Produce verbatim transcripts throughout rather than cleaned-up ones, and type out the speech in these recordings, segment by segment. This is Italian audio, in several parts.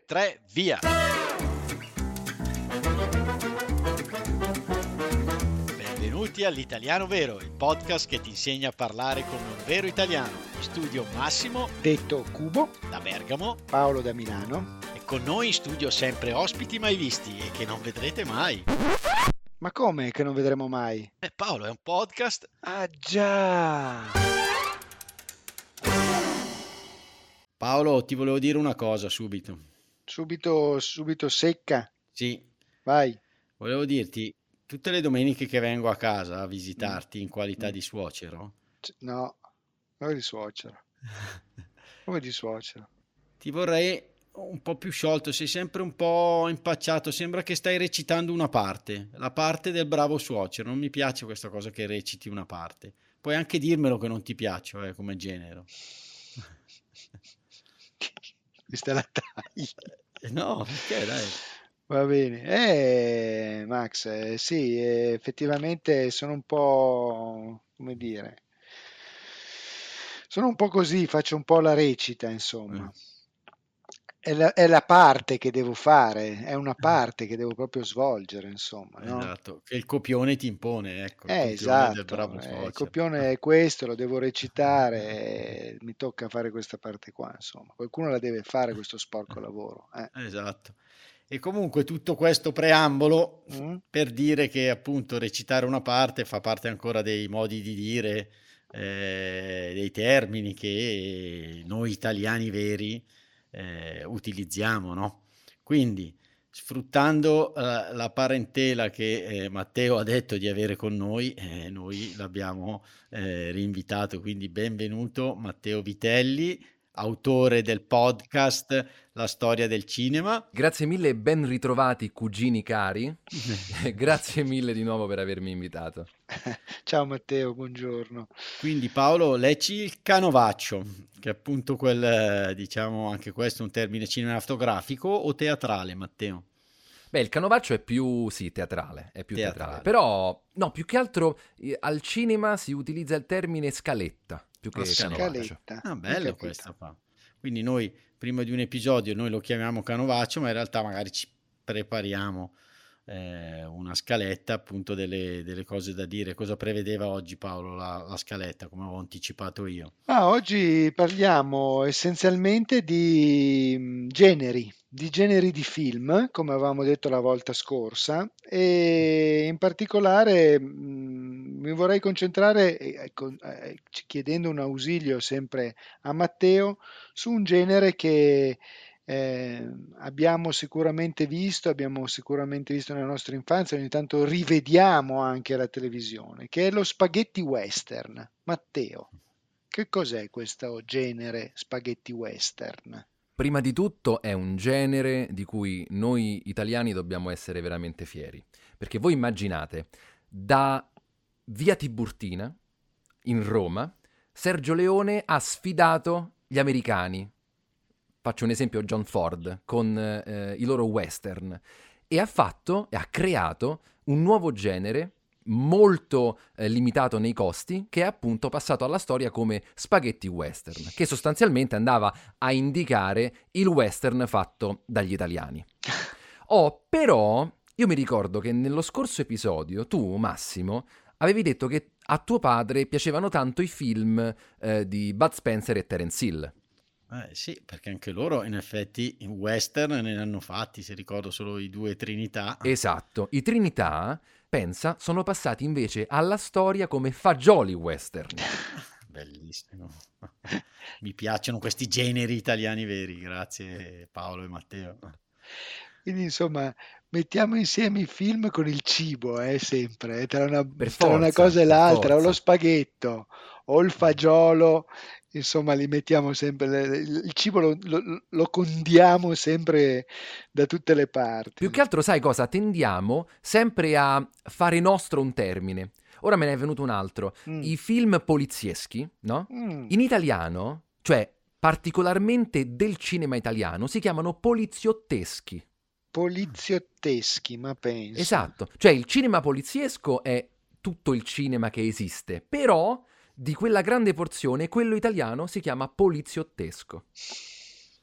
tre, via! Benvenuti all'Italiano Vero, il podcast che ti insegna a parlare come un vero italiano. In studio Massimo, detto Cubo, da Bergamo, Paolo da Milano. e con noi in studio sempre ospiti mai visti e che non vedrete mai. Ma come che non vedremo mai? Eh, Paolo, è un podcast. Ah già! Paolo, ti volevo dire una cosa subito. Subito, subito secca. Sì, Vai. volevo dirti, tutte le domeniche che vengo a casa a visitarti in qualità Mm. di suocero, C- No, come di suocero. Come di suocero. ti vorrei un po' più sciolto, sei sempre un po' impacciato, sembra che stai recitando una parte, la parte del bravo suocero. Non mi piace questa cosa che reciti una parte. Puoi anche dirmelo che non ti piaccio, eh, come genere. Questa la tagli. Eh, No, perché dai? Va bene. Eh, Max, eh, sì, eh, effettivamente sono un po', come dire, sono un po' così, faccio un po' la recita, insomma. Eh. È la, è la parte che devo fare, è una parte che devo proprio svolgere, insomma, no? Esatto, che il copione ti impone, ecco, il Eh, copione del esatto, bravo eh, il suocero. copione è questo, lo devo recitare, eh, mi tocca fare questa parte qua, insomma. Qualcuno la deve fare questo sporco lavoro. Eh. Esatto. E comunque tutto questo preambolo Mm? per dire che appunto recitare una parte fa parte ancora dei modi di dire, eh, dei termini che noi italiani veri eh, utilizziamo, no? Quindi, sfruttando eh, la parentela che eh, Matteo ha detto di avere con noi, eh, noi l'abbiamo eh, rinvitato, quindi benvenuto Matteo Vitelli, autore del podcast La storia del cinema. Grazie mille e ben ritrovati cugini cari. Grazie mille di nuovo per avermi invitato. Ciao Matteo, buongiorno. Quindi Paolo, leggi il canovaccio, che è appunto quel, eh, diciamo, anche questo è un termine cinematografico o teatrale, Matteo? Beh, il canovaccio è più, sì, teatrale, è più Teatrale. teatrale. Però, no, più che altro eh, al cinema si utilizza il termine scaletta, più che La scaletta. canovaccio. Scaletta. Ah, hai bello capito? questo qua. Quindi noi, prima di un episodio, noi lo chiamiamo canovaccio, ma in realtà magari ci prepariamo eh, una scaletta, appunto, delle, delle cose da dire. Cosa prevedeva oggi Paolo la, la scaletta, come avevo anticipato io? Ah, oggi parliamo essenzialmente di mm, generi, di generi di film, come avevamo detto la volta scorsa, e in particolare mm, mi vorrei concentrare, eh, ecco, eh, ci- chiedendo un ausilio sempre a Matteo, su un genere che eh, abbiamo sicuramente visto, abbiamo sicuramente visto nella nostra infanzia, ogni tanto rivediamo anche alla televisione, che è lo spaghetti western. Matteo. Che cos'è questo genere spaghetti western? Prima di tutto è un genere di cui noi italiani dobbiamo essere veramente fieri. Perché voi immaginate, da Via Tiburtina, in Roma, Sergio Leone ha sfidato gli americani. Faccio un esempio, John Ford, con eh, i loro western. E ha fatto, e ha creato un nuovo genere molto eh, limitato nei costi, che è appunto passato alla storia come spaghetti western, che sostanzialmente andava a indicare il western fatto dagli italiani. Oh, però, io mi ricordo che nello scorso episodio tu, Massimo, avevi detto che a tuo padre piacevano tanto i film eh, di Bud Spencer e Terence Hill. Eh, sì, perché anche loro in effetti in western ne hanno fatti, se ricordo solo i due Trinità. Esatto, i Trinità, pensa, sono passati invece alla storia come fagioli western. Bellissimo. Mi piacciono questi generi italiani veri, grazie Paolo e Matteo. Quindi insomma, mettiamo insieme i film con il cibo, eh, sempre, eh, tra una, Per tra una forza, cosa e per l'altra, o lo forza. spaghetto o il fagiolo, insomma, li mettiamo sempre, il il cibo lo, lo- lo condiamo sempre da tutte le parti. Più che altro, sai cosa? Tendiamo sempre a fare nostro un termine. Ora me ne è venuto un altro. Mm, I film polizieschi, no? mm, In italiano, cioè particolarmente del cinema italiano, si chiamano poliziotteschi. poliziotteschi, ma pensa. Esatto, cioè il cinema poliziesco è tutto il cinema che esiste, però di quella grande porzione quello italiano si chiama poliziottesco.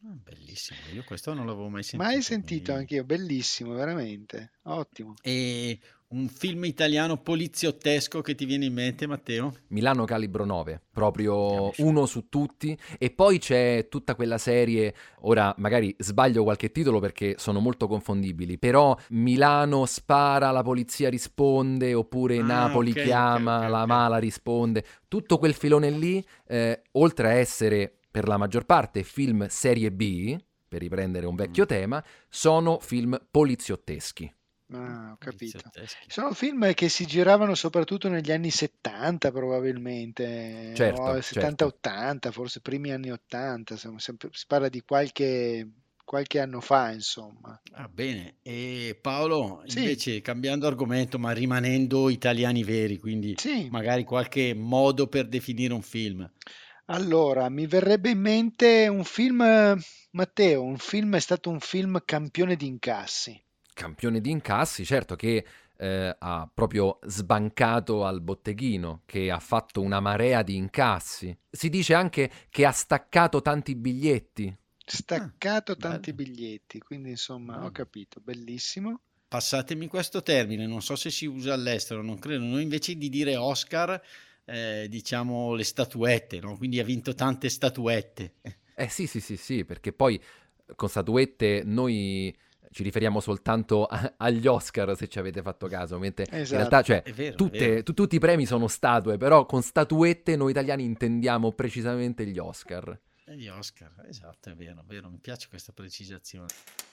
Ah, bellissimo, io questo non l'avevo mai sentito. Mai sentito quindi- anch'io, bellissimo, veramente, ottimo. E un film italiano poliziottesco che ti viene in mente, Matteo? Milano Calibro nove, proprio Capisci. uno su tutti. E poi c'è tutta quella serie, ora magari sbaglio qualche titolo perché sono molto confondibili, però Milano spara, la polizia risponde, oppure Ah, Napoli ok, ok, chiama, ok, la ok. mala risponde. Tutto quel filone lì, eh, oltre a essere per la maggior parte film serie B, per riprendere un vecchio Mm. tema, sono film poliziotteschi. Ah, ho capito. Poliziotteschi. Sono film che si giravano soprattutto negli anni settanta probabilmente, Certo, o settanta certo. ottanta, forse primi anni ottanta, insomma, sempre- si parla di qualche, qualche anno fa, insomma. Ah, bene. E Paolo, Sì, invece, cambiando argomento, ma rimanendo italiani veri, quindi sì. magari qualche modo per definire un film. Allora, mi verrebbe in mente un film, Matteo, un film è stato un film campione di incassi. Campione di incassi, certo che eh, ha proprio sbancato al botteghino, che ha fatto una marea di incassi. Si dice anche che ha staccato tanti biglietti. Ah, Staccato tanti bello, biglietti, quindi insomma ho bello. capito, bellissimo. Passatemi questo termine, non so se si usa all'estero, non credo. Noi invece di dire Oscar, eh, diciamo le statuette, no? Quindi ha vinto tante statuette. Eh sì, sì, sì, sì, perché poi con statuette noi ci riferiamo soltanto a- agli Oscar, se ci avete fatto caso, mentre in realtà, Esatto. cioè, È vero, è tutte- vero. tu- tutti i premi sono statue, però con statuette noi italiani intendiamo precisamente gli Oscar. E gli Oscar, esatto, è vero, è vero, mi piace questa precisazione.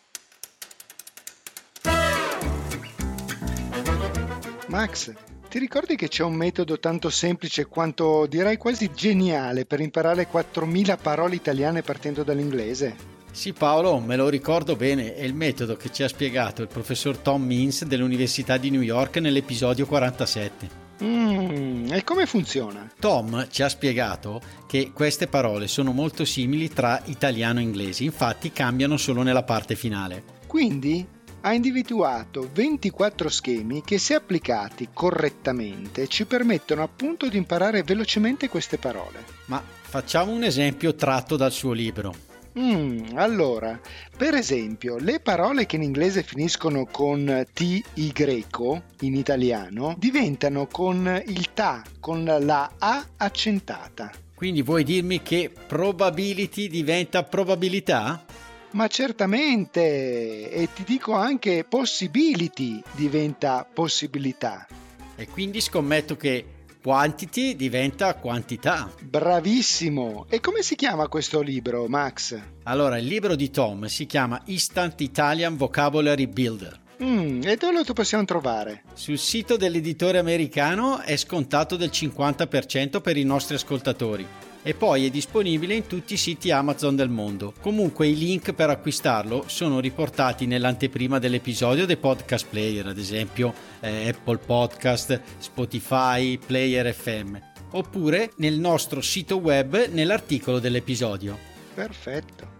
Max, ti ricordi che c'è un metodo tanto semplice quanto direi quasi geniale per imparare quattromila parole italiane partendo dall'inglese? Sì, Paolo, me lo ricordo bene, è il metodo che ci ha spiegato il professor Tom Means dell'Università di New York nell'episodio quarantasette. Mm, e come funziona? Tom ci ha spiegato che queste parole sono molto simili tra italiano e inglese, infatti cambiano solo nella parte finale. Quindi ha individuato ventiquattro schemi che, se applicati correttamente, ci permettono appunto di imparare velocemente queste parole. Ma facciamo un esempio tratto dal suo libro. Mm, allora, per esempio, le parole che in inglese finiscono con ti greco in italiano diventano con il ta, con la a accentata. Quindi vuoi dirmi che probability diventa probabilità? Ma certamente, e ti dico anche possibility diventa possibilità. E quindi scommetto che quantity diventa quantità. Bravissimo! E come si chiama questo libro, Max? Allora, il libro di Tom si chiama Instant Italian Vocabulary Builder. Mm, e dove lo possiamo trovare? Sul sito dell'editore americano è scontato del cinquanta per cento per i nostri ascoltatori e poi è disponibile in tutti i siti Amazon del mondo. Comunque i link per acquistarlo sono riportati nell'anteprima dell'episodio dei podcast player, ad esempio eh, Apple Podcast, Spotify, Player F M, oppure nel nostro sito web nell'articolo dell'episodio. Perfetto.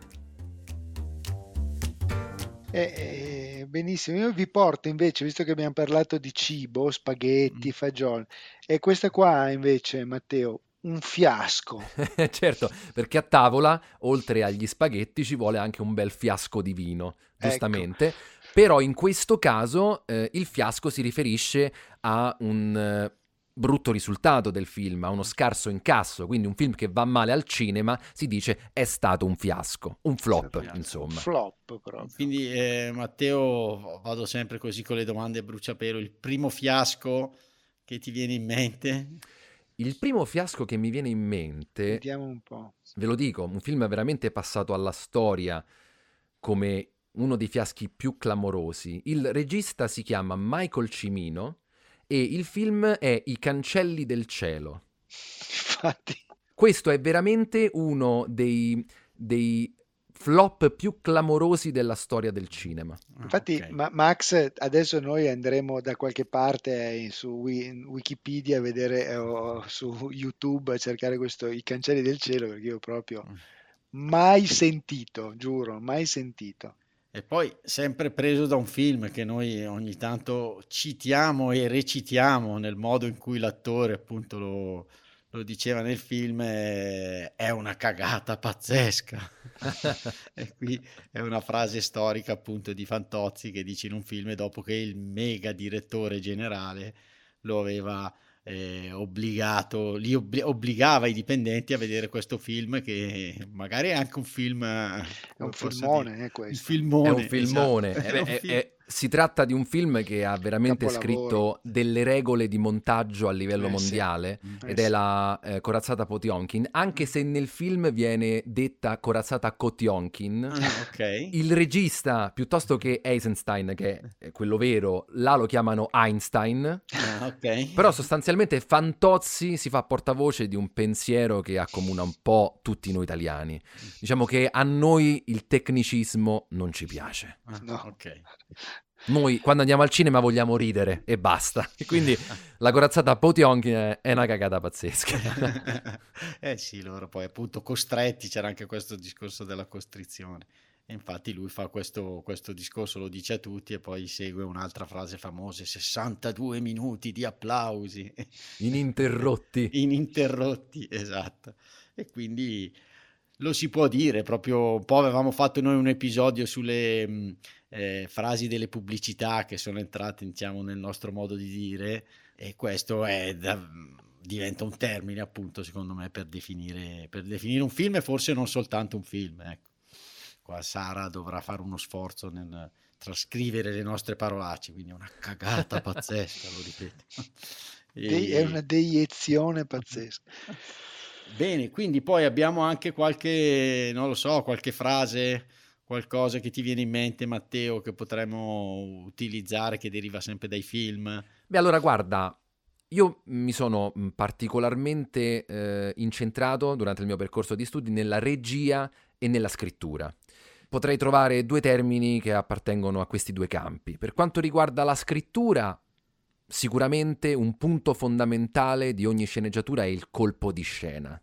Eh, eh, benissimo, io vi porto invece, visto che abbiamo parlato di cibo, spaghetti, fagioli, e questa qua invece, Matteo, un fiasco. Certo, perché a tavola, oltre agli spaghetti, ci vuole anche un bel fiasco di vino, giustamente. Però in questo caso eh, il fiasco si riferisce a un eh, brutto risultato del film, a uno scarso incasso, quindi un film che va male al cinema si dice è stato un fiasco, un flop, Fiasco. insomma. Flop proprio. Quindi eh, Matteo, vado sempre così con le domande a bruciapelo, il primo fiasco che ti viene in mente? Il primo fiasco che mi viene in mente, Vediamo un po'. ve lo dico, un film veramente passato alla storia come uno dei fiaschi più clamorosi. Il regista si chiama Michael Cimino e il film è I cancelli del cielo. Infatti, Questo è veramente uno dei, dei flop più clamorosi della storia del cinema. Ah, infatti ok. Ma- Max, adesso noi andremo da qualche parte eh, su Wi- Wikipedia a vedere eh, o su YouTube a cercare questo I cancelli del cielo, perché io proprio mai sentito, giuro, mai sentito. E poi sempre preso da un film che noi ogni tanto citiamo e recitiamo nel modo in cui l'attore appunto lo, lo diceva nel film, eh, è una cagata pazzesca. E qui è una frase storica appunto di Fantozzi che dice in un film dopo che il mega direttore generale lo aveva eh, obbligato, li obbli- obbligava i dipendenti a vedere questo film, che magari è anche un film, È un posso filmone, dire, è questo. un filmone, È un filmone. esatto. Eh, È un è- film- è- si tratta di un film che ha veramente Capolavoro. scritto delle regole di montaggio a livello Eh, sì. mondiale Eh, ed è sì. la eh, corazzata Potionkin, anche se nel film viene detta corazzata Kotionkin. Ah, ok. Il regista, piuttosto che Eisenstein, che è quello vero, là lo chiamano Einstein. Ah, ok. Però sostanzialmente Fantozzi si fa portavoce di un pensiero che accomuna un po' tutti noi italiani. Diciamo che a noi il tecnicismo non ci piace. Ah, No. ok. Noi quando andiamo al cinema vogliamo ridere e basta. E quindi la corazzata Potionkin è- è una cagata pazzesca. Eh sì, loro poi appunto costretti, c'era anche questo discorso della costrizione. E infatti lui fa questo, questo discorso, lo dice a tutti e poi segue un'altra frase famosa, sessantadue minuti di applausi. Ininterrotti. Ininterrotti, esatto. E quindi lo si può dire, proprio un po' avevamo fatto noi un episodio sulle mh, eh, frasi delle pubblicità che sono entrate, diciamo, nel nostro modo di dire, e questo è da- diventa un termine, appunto, secondo me, per definire, per definire un film, e forse non soltanto un film, ecco. Qua Sara dovrà fare uno sforzo nel trascrivere le nostre parolacce, quindi è una cagata pazzesca, lo ripeto. De- È una deiezione pazzesca. Bene, quindi poi abbiamo anche qualche, non lo so, qualche frase, qualcosa che ti viene in mente, Matteo, che potremmo utilizzare, che deriva sempre dai film. Beh, allora guarda, io mi sono mh, particolarmente eh, incentrato durante il mio percorso di studi nella regia e nella scrittura. Potrei trovare due termini che appartengono a questi due campi. Per quanto riguarda la scrittura, sicuramente un punto fondamentale di ogni sceneggiatura è il colpo di scena.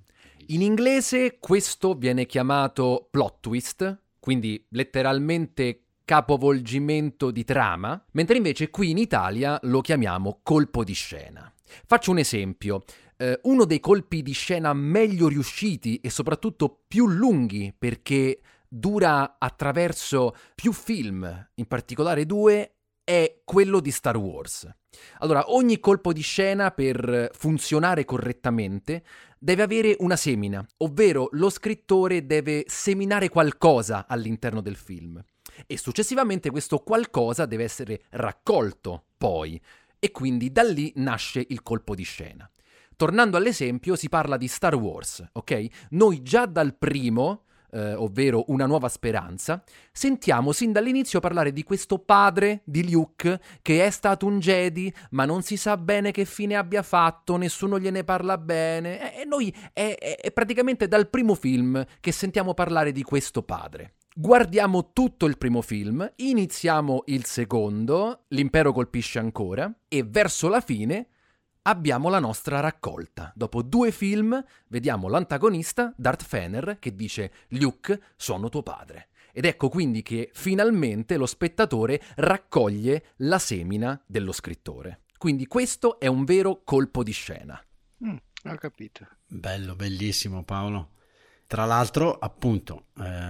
In inglese questo viene chiamato plot twist, quindi letteralmente capovolgimento di trama, mentre invece qui in Italia lo chiamiamo colpo di scena. Faccio un esempio. Eh, uno dei colpi di scena meglio riusciti e soprattutto più lunghi, perché dura attraverso più film, in particolare due, è quello di Star Wars. Allora, ogni colpo di scena per funzionare correttamente deve avere una semina, ovvero lo scrittore deve seminare qualcosa all'interno del film e successivamente questo qualcosa deve essere raccolto poi e quindi da lì nasce il colpo di scena. Tornando all'esempio, si parla di Star Wars, ok? Noi già dal primo, eh, ovvero Una nuova speranza, sentiamo sin dall'inizio parlare di questo padre di Luke che è stato un Jedi, ma non si sa bene che fine abbia fatto, nessuno gliene parla bene, e noi è, è, è praticamente dal primo film che sentiamo parlare di questo padre. Guardiamo tutto il primo film, iniziamo il secondo, l'impero colpisce ancora, e verso la fine abbiamo la nostra raccolta. Dopo due film vediamo l'antagonista, Darth Vader, che dice «Luke, sono tuo padre». Ed ecco quindi che finalmente lo spettatore raccoglie la semina dello scrittore. Quindi questo è un vero colpo di scena. Mm, ho capito. Bello, bellissimo, Paolo. Tra l'altro, appunto,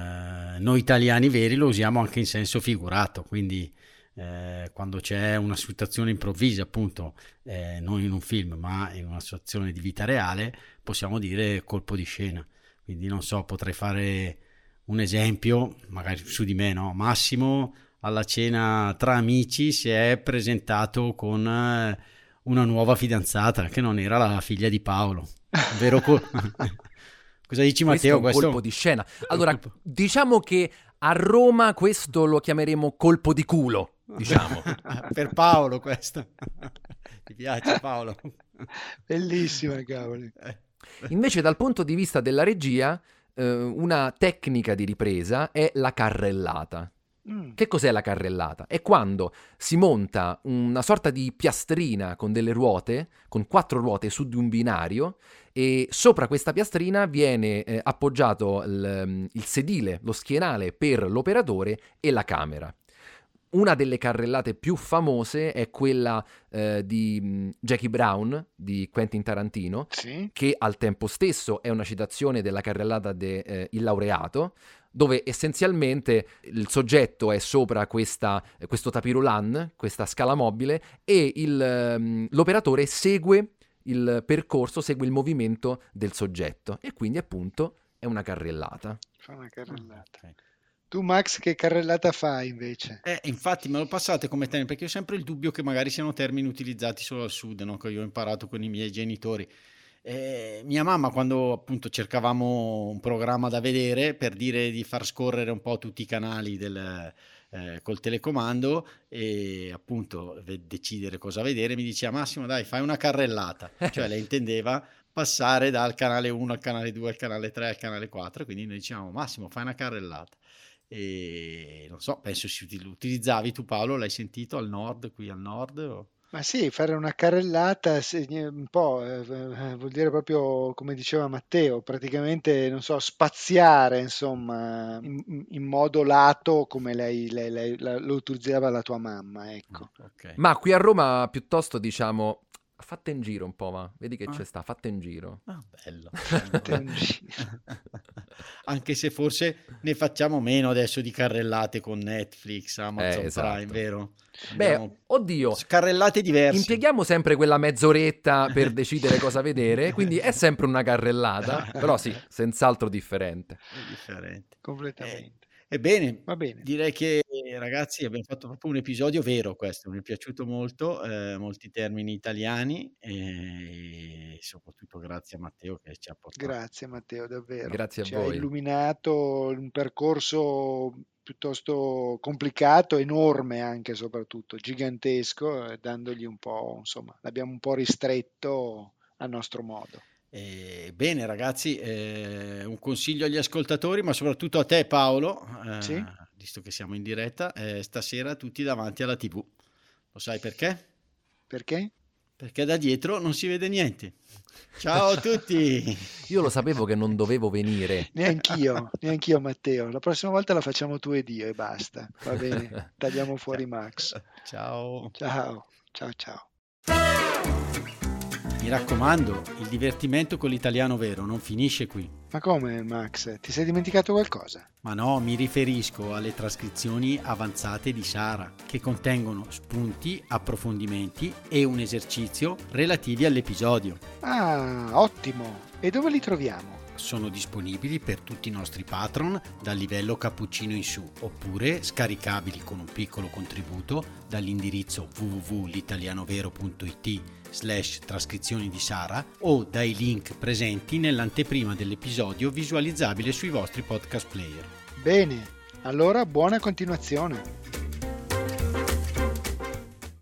eh, noi italiani veri lo usiamo anche in senso figurato, quindi eh, quando c'è una situazione improvvisa, appunto, eh, non in un film, ma in una situazione di vita reale, possiamo dire colpo di scena. Quindi, non so, potrei fare un esempio, magari su di me, no? Massimo, alla cena tra amici, si è presentato con eh, una nuova fidanzata, che non era la figlia di Paolo. Vero col- Cosa dici, Matteo? Questo è un colpo di scena. Allora, diciamo che a Roma questo lo chiameremo colpo di culo, diciamo. Per Paolo questo. Ti piace, Paolo? Bellissima, cavoli. Invece dal punto di vista della regia, eh, una tecnica di ripresa è la carrellata. Mm. Che cos'è la carrellata? È quando si monta una sorta di piastrina con delle ruote, con quattro ruote su di un binario, e sopra questa piastrina viene eh, appoggiato il, il sedile, lo schienale per l'operatore e la camera. una delle carrellate più famose è quella eh, di mh, Jackie Brown di Quentin Tarantino, Sì. che al tempo stesso è una citazione della carrellata de eh, Il laureato, dove essenzialmente il soggetto è sopra questa, questo tapirulan, questa scala mobile, e il, um, l'operatore segue il percorso, segue il movimento del soggetto, e quindi appunto è una carrellata. Fa una carrellata. Ok. Tu, Max, che carrellata fai invece? Eh, infatti me lo passate come termine, perché ho sempre il dubbio che magari siano termini utilizzati solo al sud, no? Che io ho imparato con i miei genitori. Eh, mia mamma, quando appunto cercavamo un programma da vedere per dire di far scorrere un po' tutti i canali del, eh, col telecomando e appunto ve- decidere cosa vedere, mi diceva Massimo dai fai una carrellata, cioè lei intendeva passare dal canale uno al canale due al canale tre al canale quattro, quindi noi dicevamo Massimo fai una carrellata. E non so, penso si util- utilizzavi tu Paolo, l'hai sentito al nord, qui al nord? O... Ma sì, fare una carrellata se- un po', eh, eh, vuol dire proprio, come diceva Matteo, praticamente, non so, spaziare, insomma, in, in modo lato come lei, lei- lei- la- lo utilizzava la tua mamma, ecco. Ok. Ma qui a Roma piuttosto diciamo fatte in giro un po', ma vedi che Ah. c'è sta, fatte in giro. Ah, bello. Fatte in giro. Anche se forse ne facciamo meno adesso di carrellate con Netflix, Amazon Eh, esatto. Prime, vero? Beh, Abbiamo oddio, carrellate diverse. impieghiamo sempre quella mezz'oretta per decidere cosa vedere, quindi è sempre una carrellata, però sì, senz'altro differente. È differente. Completamente. Ebbene, Va bene. direi che ragazzi abbiamo fatto proprio un episodio vero questo, mi è piaciuto molto, eh, molti termini italiani e soprattutto grazie a Matteo che ci ha portato. Grazie Matteo, davvero. Grazie a Ci voi. hai illuminato un percorso piuttosto complicato, enorme anche soprattutto, gigantesco, eh, dandogli un po', insomma, l'abbiamo un po' ristretto a nostro modo. Eh, bene ragazzi, eh, un consiglio agli ascoltatori, ma soprattutto a te Paolo, eh, Sì? visto che siamo in diretta, eh, stasera tutti davanti alla tivù. Lo sai perché? Perché? Perché da dietro non si vede niente. Ciao a tutti! Io lo sapevo che non dovevo venire. Neanch'io, neanch'io Matteo. La prossima volta la facciamo tu ed io e basta. Va bene, tagliamo fuori Max. Ciao! Ciao, ciao, ciao. Mi raccomando, il divertimento con l'italiano vero non finisce qui. Ma come Max? Ti sei dimenticato qualcosa? Ma no, mi riferisco alle trascrizioni avanzate di Sara, che contengono spunti, approfondimenti e un esercizio relativi all'episodio. Ah, ottimo. E dove li troviamo? Sono disponibili per tutti i nostri patron dal livello cappuccino in su, oppure scaricabili con un piccolo contributo dall'indirizzo w w w punto l'italianovero punto i t slash trascrizioni di Sara o dai link presenti nell'anteprima dell'episodio visualizzabile sui vostri podcast player. Bene, allora buona continuazione.